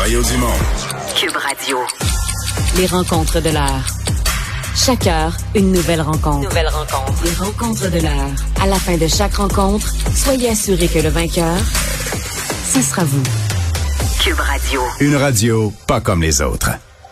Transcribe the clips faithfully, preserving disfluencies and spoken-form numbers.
Mario Dumont. Cube Radio. Les rencontres de l'heure. Chaque heure, une nouvelle rencontre. Nouvelle rencontre. Les rencontres de l'heure. À la fin de chaque rencontre, soyez assurés que le vainqueur, ce sera vous. Cube Radio. Une radio pas comme les autres.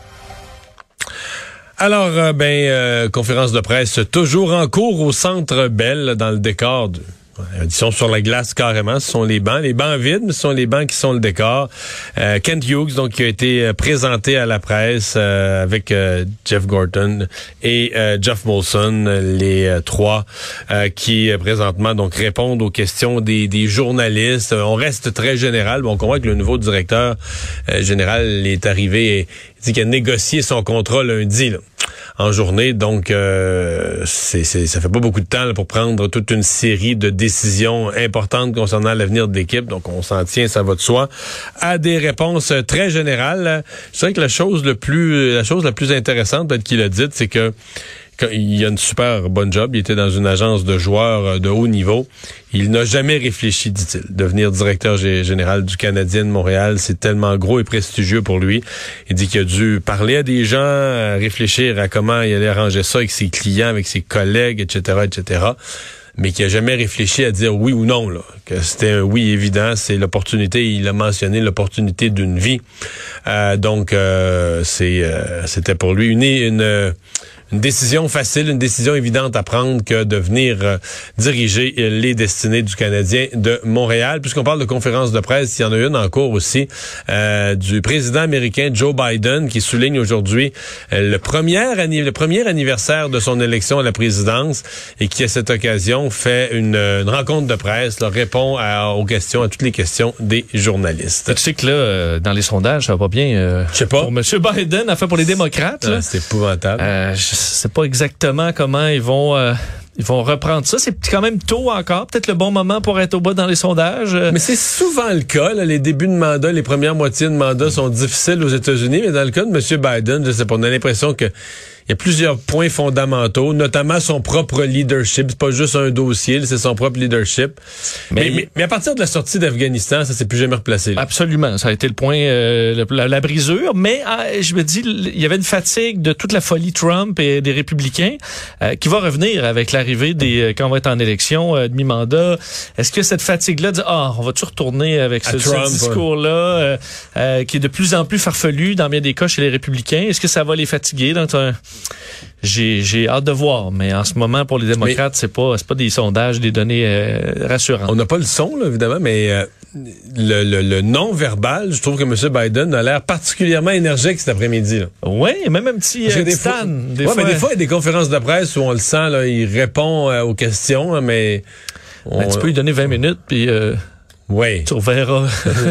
Alors, euh, ben, euh, conférence de presse toujours en cours au Centre Bell, dans le décor de... Ils sont sur la glace carrément, ce sont les bancs, les bancs vides, mais ce sont les bancs qui sont le décor. Euh, Kent Hughes, donc, qui a été présenté à la presse euh, avec euh, Jeff Gorton et euh, Jeff Molson, les euh, trois euh, qui présentement donc répondent aux questions des, des journalistes. On reste très général. Bon, on comprend que le nouveau directeur euh, général est arrivé et dit qu'il a négocié son contrat lundi, là, en journée, donc euh, c'est, c'est, ça fait pas beaucoup de temps là, pour prendre toute une série de décisions importantes concernant l'avenir de l'équipe, donc on s'en tient, ça va de soi, à des réponses très générales. Je dirais que la chose le plus, la chose la plus intéressante, peut-être qu'il a dit, c'est que il a une super bonne job. Il était dans une agence de joueurs de haut niveau. Il n'a jamais réfléchi, dit-il, devenir directeur g- général du Canadien de Montréal. C'est tellement gros et prestigieux pour lui. Il dit qu'il a dû parler à des gens, réfléchir à comment il allait arranger ça avec ses clients, avec ses collègues, et cetera, et cetera. Mais qui a jamais réfléchi à dire oui ou non, là. Que c'était un oui évident, c'est l'opportunité, il a mentionné l'opportunité d'une vie. Euh, donc, euh, c'est, euh, c'était pour lui une, une, une décision facile, une décision évidente à prendre que de venir euh, diriger les destinées du Canadien de Montréal. Puisqu'on parle de conférence de presse, il y en a une en cours aussi, euh, du président américain Joe Biden, qui souligne aujourd'hui euh, le, premier anni- le premier anniversaire de son élection à la présidence et qui, à cette occasion, fait une, une rencontre de presse, là, répond à, aux questions, à toutes les questions des journalistes. Tu sais que là, euh, dans les sondages, ça va pas bien. Euh, Je sais pas. Pour M. Biden, enfin pour les démocrates. Ah, c'est épouvantable. Euh, je sais pas exactement comment ils vont... Euh, Ils vont reprendre ça. C'est quand même tôt encore. Peut-être le bon moment pour être au bas dans les sondages. Mais c'est souvent le cas. Là. Les débuts de mandat, les premières moitiés de mandat sont difficiles aux États-Unis. Mais dans le cas de M. Biden, je sais pas, on a l'impression que il y a plusieurs points fondamentaux, notamment son propre leadership. C'est pas juste un dossier, c'est son propre leadership. Mais, mais, mais à partir de la sortie d'Afghanistan, ça s'est plus jamais replacé. Là. Absolument. Ça a été le point, euh, la, la brisure. Mais euh, je me dis, il y avait une fatigue de toute la folie Trump et des républicains euh, qui va revenir avec l'arrivée des euh, quand on va être en élection euh, demi-mandat. Est-ce que cette fatigue-là dit ah, on va-tu retourner avec ce, Trump, ce discours-là euh, euh, qui est de plus en plus farfelu dans bien des cas chez les républicains? Est-ce que ça va les fatiguer? Donc, euh, J'ai, j'ai hâte de voir, mais en ce moment, pour les démocrates, mais c'est pas, c'est pas des sondages, des données euh, rassurantes. On n'a pas le son, là, évidemment, mais euh, le, le, le non-verbal, je trouve que M. Biden a l'air particulièrement énergique cet après-midi. Oui, même un petit euh, des stan. Fois, des, ouais, fois, mais des fois, il y a des conférences de presse où on le sent, là, il répond euh, aux questions, hein, mais... On, ben, tu peux lui donner vingt minutes, puis... Euh, Oui. Tu reverras.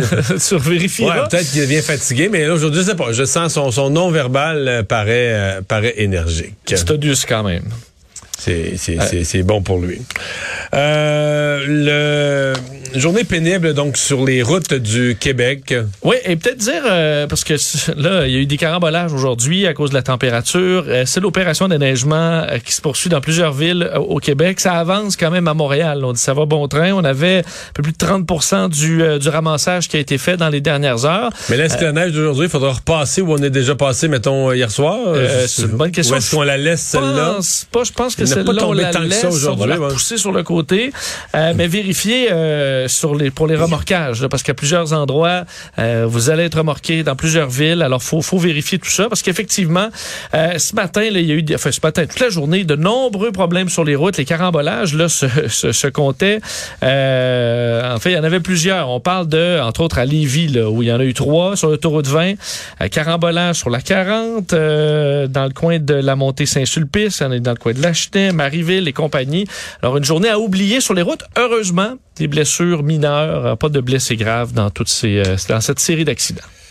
Tu revérifieras. Ouais, peut-être qu'il devient fatigué, mais là, aujourd'hui, je sais pas. Je sens son, son non-verbal euh, paraît, euh, paraît énergique. C'est odieux quand même. C'est, c'est, euh. c'est, c'est bon pour lui. Euh, le journée pénible, donc, sur les routes du Québec. Oui, et peut-être dire, euh, parce que là, il y a eu des carambolages aujourd'hui à cause de la température. Euh, c'est l'opération d'enneigement euh, qui se poursuit dans plusieurs villes euh, au Québec. Ça avance quand même à Montréal. On dit ça va bon train. On avait un peu plus de trente pour cent du, euh, du ramassage qui a été fait dans les dernières heures. Mais là, est-ce que la neige d'aujourd'hui, il faudra repasser où on est déjà passé, mettons, hier soir? Euh, c'est une bonne question. Ou est-ce qu'on la laisse, celle-là? Pas, je pense que celle-là, on la laisse, on va la pousser sur le côté. Euh, mais vérifiez euh, sur les, pour les remorquages, là, parce qu'à plusieurs endroits, euh, vous allez être remorqué dans plusieurs villes. Alors, faut, faut vérifier tout ça, parce qu'effectivement, euh, ce matin, là, il y a eu, enfin, ce matin, toute la journée, de nombreux problèmes sur les routes. Les carambolages, là, se, se, se comptaient. Euh, en fait, il y en avait plusieurs. On parle de, entre autres, à Lévis, là, où il y en a eu trois sur l'autoroute vingt. Euh, carambolage sur la quarante, euh, dans le coin de la montée Saint-Sulpice, on est dans le coin de l'Achetin, Marieville et compagnie. Alors, une journée à oublier sur les routes. Heureusement, des blessures mineures, pas de blessés graves dans toutes ces, dans cette série d'accidents.